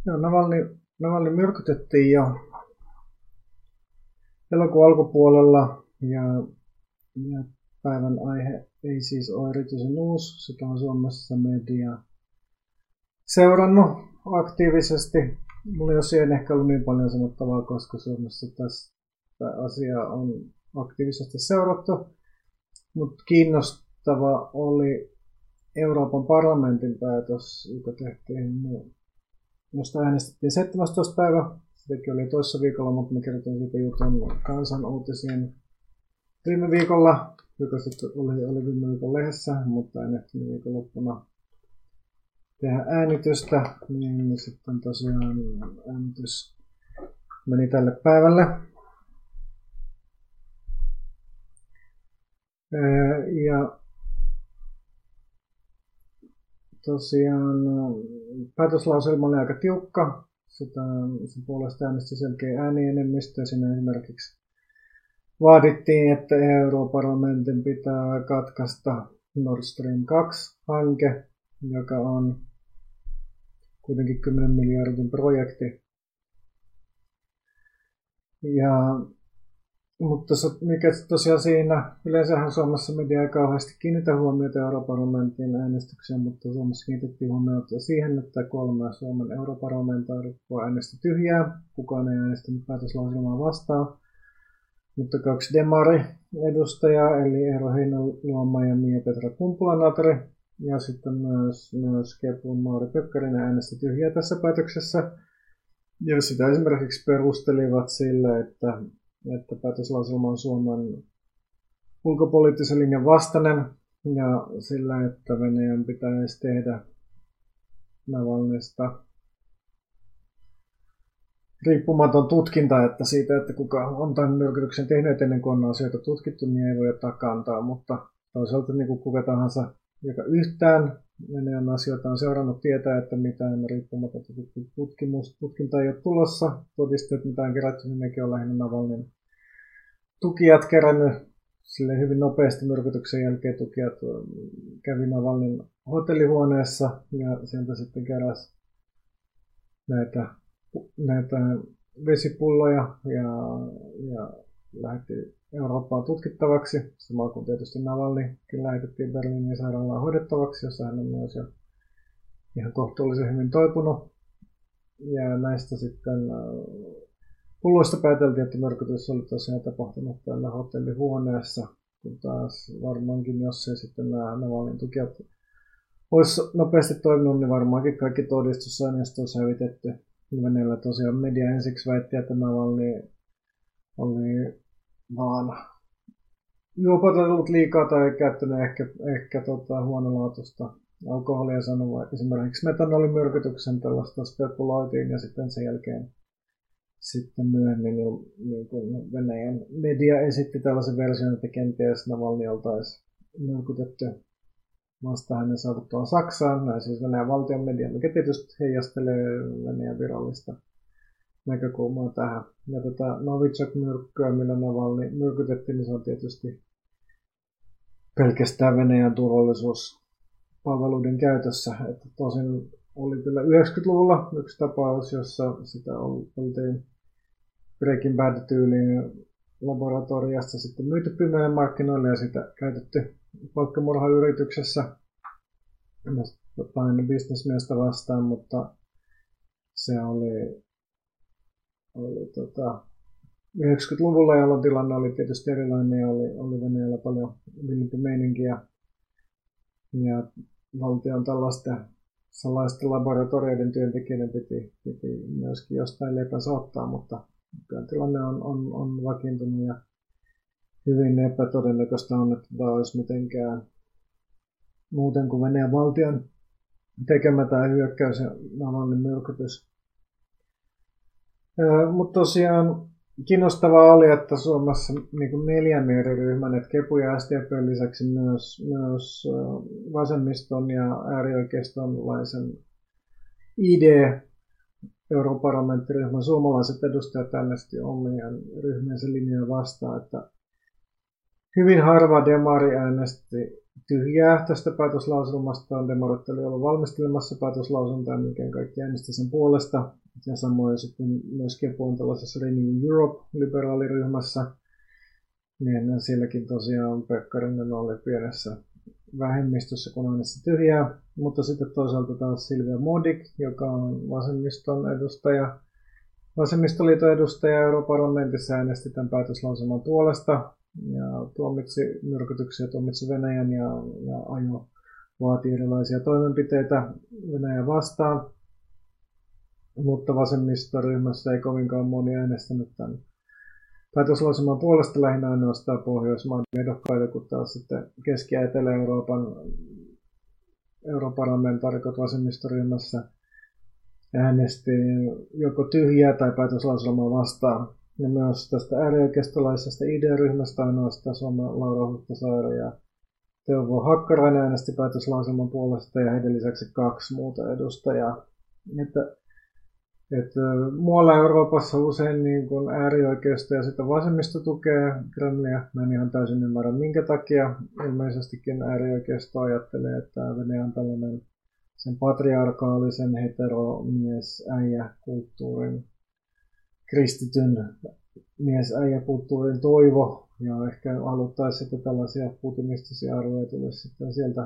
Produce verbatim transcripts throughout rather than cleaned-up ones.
Joo, Navalny, Navalny myrkytettiin jo elokuun alkupuolella ja, ja päivän aihe ei siis ole erityisen uusi. Sitä on Suomessa media seurannut aktiivisesti. Mulla ei ole siihen ehkä ollut niin paljon sanottavaa, koska Suomessa tästä asiaa on aktiivisesti seurattu. Mutta kiinnostava oli Euroopan parlamentin päätös, joka tehtiin, josta äänestettiin seitsemästoista päivä. Sitäkin oli toissa viikolla, mutta mä kerroin siitä jutun Kansan uutisien viime viikolla, joka sitten oli, oli viime viikon lehdessä, mutta en ehtinyt viikonloppuna tehdä äänitystä, niin sitten tosiaan äänitys meni tälle päivälle. Ja tosiaan päätöslauselma oli aika tiukka. Sitä, sen puolesta äänesti selkeä äänienemmistö. Siinä esimerkiksi vaadittiin, että Europarlamentin pitää katkaista Nord Stream kaksi-hanke, joka on kuitenkin kymmenen miljardin projekti. Ja, mutta mikä tosiaan siinä, yleensähän Suomessa media ei kauheasti kiinnitä huomiota Europarlamentin äänestykseen, mutta Suomessa kiinnitettiin huomiota siihen, että kolme Suomen europarlamentaarikkoa äänesti tyhjää. Kukaan ei äänestänyt päätöslauselmaa vastaan. Mutta kaksi demari-edustajaa, eli Eero Heinäluoma ja Mia-Petra Kumpula-Natri, ja sitten myös, myös Kepun Mauri Pekkarinen äänesti tyhjää tässä päätöksessä. Ja sitä esimerkiksi perustelivat sillä, että, että päätöslauselma on Suomen ulkopoliittisen linjan vastainen, ja sillä, että Venäjän pitäisi tehdä Navalnysta riippumaton tutkinta, että siitä, että kuka on tämän myrkytyksen tehnyt ennen kuin on asioita tutkittu, niin ei voi ottaa kantaa, mutta toisaalta niin kuin kuka tahansa, joka yhtään Venäjän asioita on seurannut, tietää, että mitään riippumatonta tutkintaa ei ole tulossa. Todisteet, mitä on kerätty, niin nekin on lähinnä Navalnyn tukijat kerännyt sille hyvin nopeasti myrkytyksen jälkeen. Tukijat kävi Navalnyn hotellihuoneessa ja sieltä sitten keräsi näitä näitä vesipulloja ja, ja lähetti Eurooppaan tutkittavaksi. Samalla kun tietysti Navalnykin lähetettiin Berliinin sairaalaan hoidettavaksi, jossa hän on myös jo ihan kohtuullisen hyvin toipunut. Ja näistä sitten pulloista pääteltiin, että myrkytys oli tosiaan tapahtunut täällä hotellihuoneessa. Kun taas varmaankin, jos ei sitten nämä Navalnyn tukijat olisi nopeasti toiminut, niin varmaankin kaikki todistusaineisto olisi hävitetty. Venäjällä tosiaan media ensiksi väitti, että Navalny oli vaan juopotellut liikaa tai käyttänyt ehkä, ehkä tota, huonolaatuista alkoholia, sanoi esimerkiksi metanolimyrkytyksen, tällaista spekuloitiin ja sitten sen jälkeen sitten myöhemmin niin kuin Venäjän media esitti tällaisen version, että kenties Navalny oltaisi myrkytetty vasta hänen saavuttuaan Saksaan, näin siis Venäjän valtion media, mikä tietysti heijastelee Venäjän virallista näkökulmaa tähän. Ja tätä Novichok-myrkkyä, millä Navalny myrkytettiin, niin se on tietysti pelkästään Venäjän turvallisuuspalveluiden käytössä. Että tosin oli kyllä yhdeksänkymmentäluvulla yksi tapaus, jossa sitä oltiin Breaking Bad-tyyliin laboratoriasta sitten myyty pimeälle markkinoille ja sitä käytetty palkkamurhayrityksessä paino bisnesmiestä vastaan, mutta se oli, oli tota, yhdeksänkymmentäluvulla, jolloin tilanne oli tietysti erilainen ja oli, oli Venäjällä paljon villimpi meininkiä ja valtion tällaisten salaisten laboratorioiden työntekijöiden piti, piti myöskin jostain leipänsä ottaa, mutta tilanne on, on, on vakiintunut ja hyvin epätodennäköistä on, että tämä olisi mitenkään muuten kuin Venäjän valtion tekemä tämä hyökkäys ja Navalnyn myrkytys. Mutta tosiaan kiinnostavaa oli, että Suomessa niin kuin neljän eri ryhmän, että Kepu ja S D P:n lisäksi myös, myös vasemmiston ja äärioikeistonlaisen I D europarlamenttiryhmän suomalaiset edustajat äänesti omien ryhmänsä linjoja vastaan, että hyvin harva demari äänesti tyhjää tästä päätöslauselmasta. Demarit oli ollut valmistelemassa päätöslausuntaa, mikä kaikki äänesti sen puolesta. Ja samoin sitten myös Kepu on tällaisessa Renew Europe-liberaaliryhmässä. Niin sielläkin tosiaan Pekkarinen oli pienessä vähemmistössä, kun äänesti tyhjää. Mutta sitten toisaalta taas Silvia Modig, joka on vasemmiston edustaja, vasemmistoliiton edustaja Europarlamentissa, äänesti tämän päätöslauselman puolesta ja tuomitsi myrkytyksiä, tuomitsi Venäjän ja, ja ajo vaati erilaisia toimenpiteitä Venäjän vastaan. Mutta vasemmistoryhmässä ei kovinkaan moni äänestänyt tämän päätöslauselman puolesta, lähinnä ainoastaan Pohjoismaiden ehdokkaita, kun taas sitten Keski- ja Etelä-Euroopan europarlamentaarikot vasemmistoryhmässä äänesti joko tyhjää tai päätöslauselmaa vastaan. Ja myös tästä äärioikeistolaisesta I D-ryhmästä ainoastaan Suomen Laura Huhtasaari ja Teuvo Hakkarainen äänesti päätöslauselman puolesta ja heidän lisäksi kaksi muuta edustajaa. Että, että muualla Euroopassa usein niin kuin äärioikeisto ja sitten vasemmisto tukee Kremliä. Mä en ihan täysin ymmärrä minkä takia. Ilmeisestikin äärioikeisto ajattelee, että Venäjä on tällainen sen patriarkaalisen heteromies-äijä-kulttuurin, kristityn mies-äijä-kulttuurin toivo, ja ehkä haluttaisiin, että tällaisia putinistisia arvoja tulisi sitten sieltä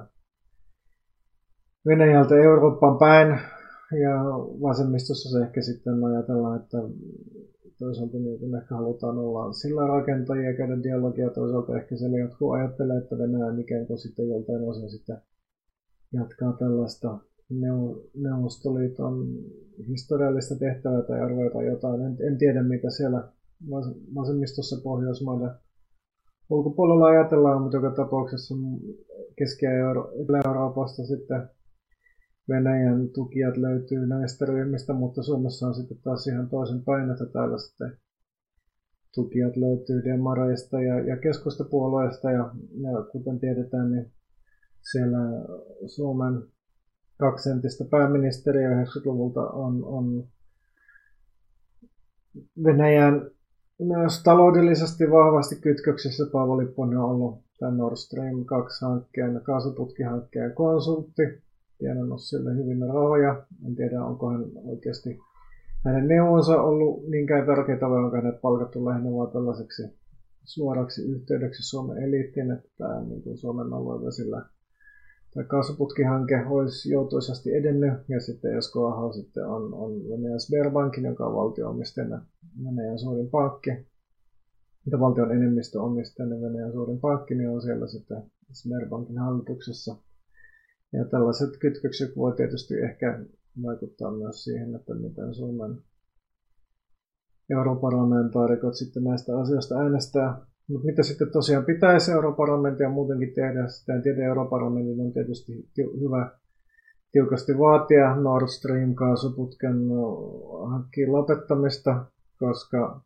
Venäjältä Euroopan päin, ja vasemmistossa se ehkä sitten ajatellaan, että toisaalta niin ehkä halutaan olla sillä rakentajia ja käydä dialogia, toisaalta ehkä siellä jotkut ajattelee, että Venäjä ikään kuin sitten joltain osin sitten jatkaa tällaista Neuvostoliiton historiallista tehtävää tai arvoja tai jotain. En, en tiedä, mitä siellä vasemmistossa Pohjoismaiden ulkopuolella ajatellaan, mutta joka tapauksessa Keski- ja Etelä-Euroopasta sitten Venäjän tukijat löytyy näistä ryhmistä, mutta Suomessa on sitten taas ihan toisen päin, että täällä sitten tukijat löytyy demareista ja, ja keskustapuolueesta ja, ja kuten tiedetään, niin siellä Suomen kaksientistä pääministeriä yhdeksänkymmentäluvulta on, on Venäjän myös taloudellisesti vahvasti kytköksissä. Paavo Lipponen on ollut tämän Nord Stream kaksi-hankkeen kaasuputkihankkeen konsultti. Tienannut sille hyvin rahoja. En tiedä, onko hän oikeasti hänen neuvonsa ollut niinkään tärkeitä vai onko hänet palkattu lähinnä vaan tällaiseksi suoraksi yhteydeksi Suomen eliittiin, että tämä niin kuin Suomen aluevesillä tämä kaasuputkihanke olisi joutuisasti edennyt, ja sitten Esko Aho sitten on, on Venäjän Sberbankin, joka on valtio-omisteinen Venäjän suurin pankki, mitä valtion enemmistöomisteinen Venäjän suurin pankki, niin on siellä sitten Sberbankin hallituksessa. Ja tällaiset kytkökset voi tietysti ehkä vaikuttaa myös siihen, että miten Suomen europarlamentaarikot sitten näistä asioista äänestää. Mutta mitä sitten tosiaan pitäisi europarlamentia muutenkin tehdä? Sitä en tiedä, europarlamentin on tietysti hyvä tiukasti vaatia Nord Stream kaasuputken hankkiin lopettamista, koska,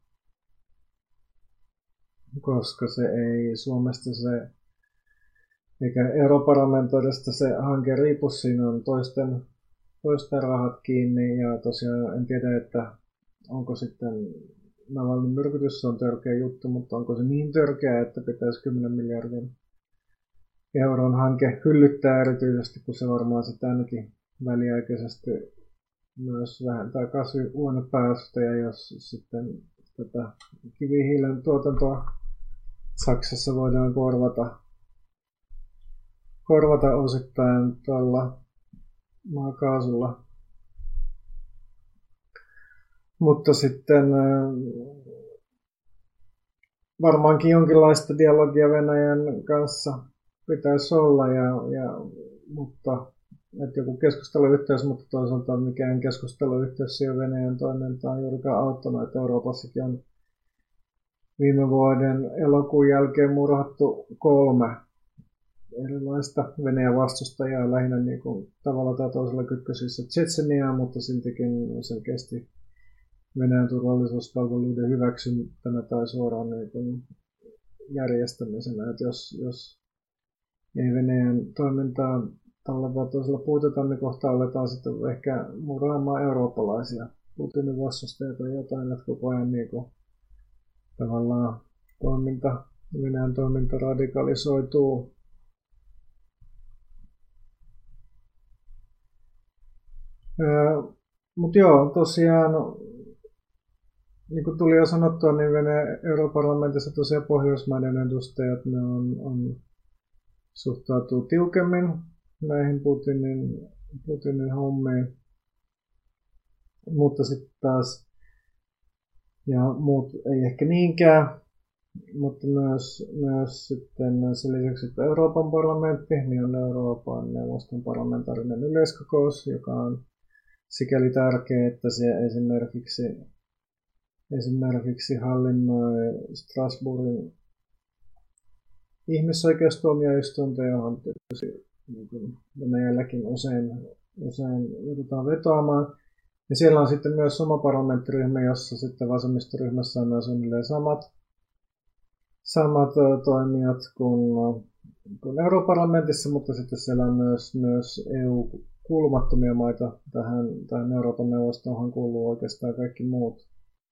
koska se ei Suomesta se, eikä europarlamentaarista se hanke riipu, siinä on toisten, toisten rahat kiinni ja tosiaan en tiedä, että onko sitten Navalnin myrkytys on törkeä juttu, mutta onko se niin törkeä, että pitäisi kymmenen miljardin euron hanke hyllyttää erityisesti, kun se varmaan sitten ainakin väliaikaisesti myös vähentää kasvihuonepäästöjä, jos sitten tätä kivihiilen tuotantoa Saksassa voidaan korvata, korvata osittain tuolla maakaasulla. Mutta sitten varmaankin jonkinlaista dialogia Venäjän kanssa pitäisi olla, ja, ja, mutta että joku keskusteluyhteys, mutta toisaalta mikään keskusteluyhteys siihen Venäjän toimintaan juurikaan auttanut, että Euroopassakin on viime vuoden elokuun jälkeen murhattu kolme erilaista Venäjän vastustajaa, lähinnä niin kuin tavalla tai toisella kytkösissä Tšetšeniaan, mutta siltikin selkeästi Venäjän turvallisuuspalveluiden hyväksyntänä tai suoraan niin järjestämisenä, että jos, jos ei Venäjän toimintaa tavalla tai toisella puutetaan, niin kohta aletaan sitten ehkä murhaamaan eurooppalaisia Putinin vastustajia tai jotain, että koko ajan niin kuin, tavallaan toiminta, Venäjän toiminta radikalisoituu. Mutta joo, tosiaan, niin kuin tuli jo sanottua, niin Venäjän europarlamentissa tosiaan Pohjoismaiden edustajat ne on, on, suhtautuu tiukemmin näihin Putinin, Putinin hommiin. Mutta sitten taas, ja muut ei ehkä niinkään, mutta myös, myös sitten sen lisäksi, että Euroopan parlamentti, niin on Euroopan neuvoston parlamentaarinen yleiskokous, joka on sikäli tärkeä, että se esimerkiksi, esimerkiksi hallinnoi Strasbourgin ihmisoikeustuomioistuinta, johon tietysti niin Venäjälläkin usein, usein joudutaan vetoamaan. Ja siellä on sitten myös oma parlamenttiryhmä, jossa sitten vasemmistoryhmässä on suunnilleen samat, samat toimijat kuin, kuin europarlamentissa, mutta sitten siellä on myös, myös E U-kuulumattomia maita. Tähän, tähän Euroopan neuvostoon kuuluu oikeastaan kaikki muut,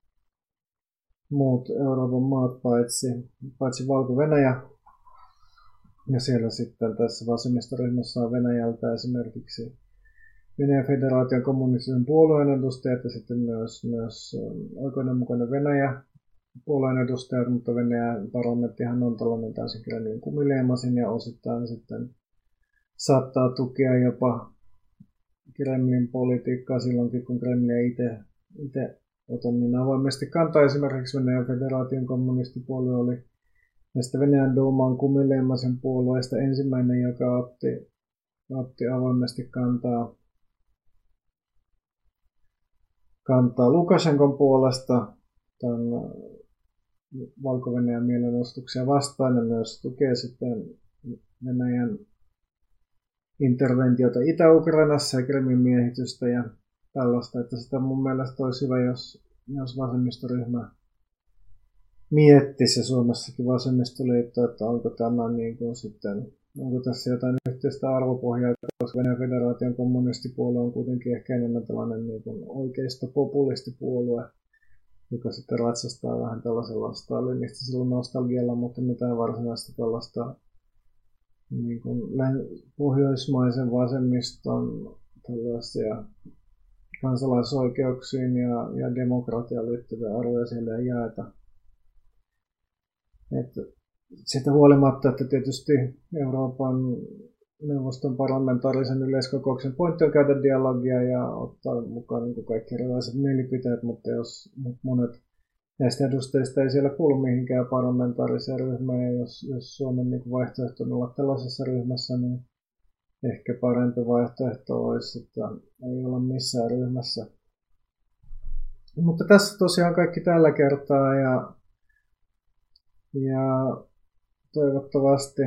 muut Euroopan maat, paitsi, paitsi Valko-Venäjä. Ja siellä sitten tässä vasemmistoryhmässä on Venäjältä esimerkiksi Venäjän federaation kommunistisen puolueen edustajat ja sitten myös, myös oikeudenmukainen Venäjä puolueen edustajat, mutta Venäjän parlamenttihan on tällainen täysin Kremlin kumileimasin ja osittain sitten saattaa tukea jopa Kremlin politiikkaa silloinkin, kun Kreml ei itse, itse ota niin avoimesti kantaa. Esimerkiksi Venäjän federaation kommunistipuolue oli näistä Venäjän Duuman kumileimasin puolueista ensimmäinen, joka otti, otti avoimesti kantaa kantaa Lukashenkon puolesta tämän Valko-Venäjän mielenostuksia vastaan ja myös tukee sitten Venäjän interventiota Itä-Ukrainassa ja Krimin miehitystä ja tällaista, että sitä mun mielestä olisi hyvä, jos, jos vasemmistoryhmä miettisi ja Suomessakin vasemmistoliitto, että onko tämä niin kuin sitten, onko tässä jotain yhteistä arvopohjaa, koska Venäjän federaation kommunistipuolue on kuitenkin ehkä enemmän tällainen niin kuin oikeisto populistipuolue, joka sitten ratsastaa vähän tällaisella stalinistisella nostalgialla, mutta mitään varsinaista tällaista niin kuin pohjoismaisen vasemmiston tällaisia kansalaisoikeuksiin ja, ja demokratiaan liittyviä arvoja siellä ei jaeta. Että siitä huolimatta, että tietysti Euroopan neuvoston parlamentaarisen yleiskokouksen pointti on käydä dialogia ja ottaa mukaan niin kaikki erilaiset mielipiteet, mutta jos monet näistä edustajista ei siellä kuulu mihinkään parlamentaariseen ryhmään, ja jos, jos Suomen niin vaihtoehto on olla tällaisessa ryhmässä, niin ehkä parempi vaihtoehto olisi, että ei olla missään ryhmässä. Mutta tässä tosiaan kaikki tällä kertaa, ja, ja toivottavasti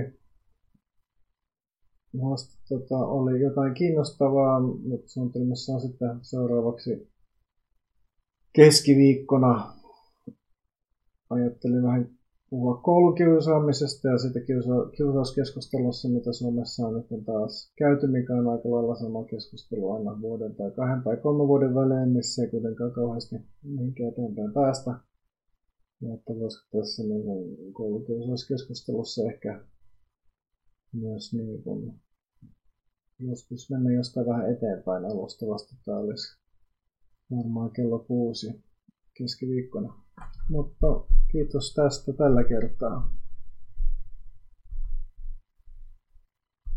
Vasta, tota, oli jotain kiinnostavaa, mutta suunnitelmassa on sitten seuraavaksi keskiviikkona. Ajattelin vähän puhua koulukiusaamisesta ja siitä kiusa- kiusauskeskustelussa, mitä Suomessa on nyt taas käyty, mikä on aika lailla sama keskustelu aina vuoden tai kahden tai kolmen vuoden välein, missä ei kuitenkaan kauheasti mihinkään eteenpäin päästä. Ja että voisiko tässä niin koulukiusauskeskustelussa ehkä myös niin kuin joskus mennä jostain vähän eteenpäin alustavasti. Tämä olisi varmaan kello kuusi keskiviikkona. Mutta kiitos tästä tällä kertaa.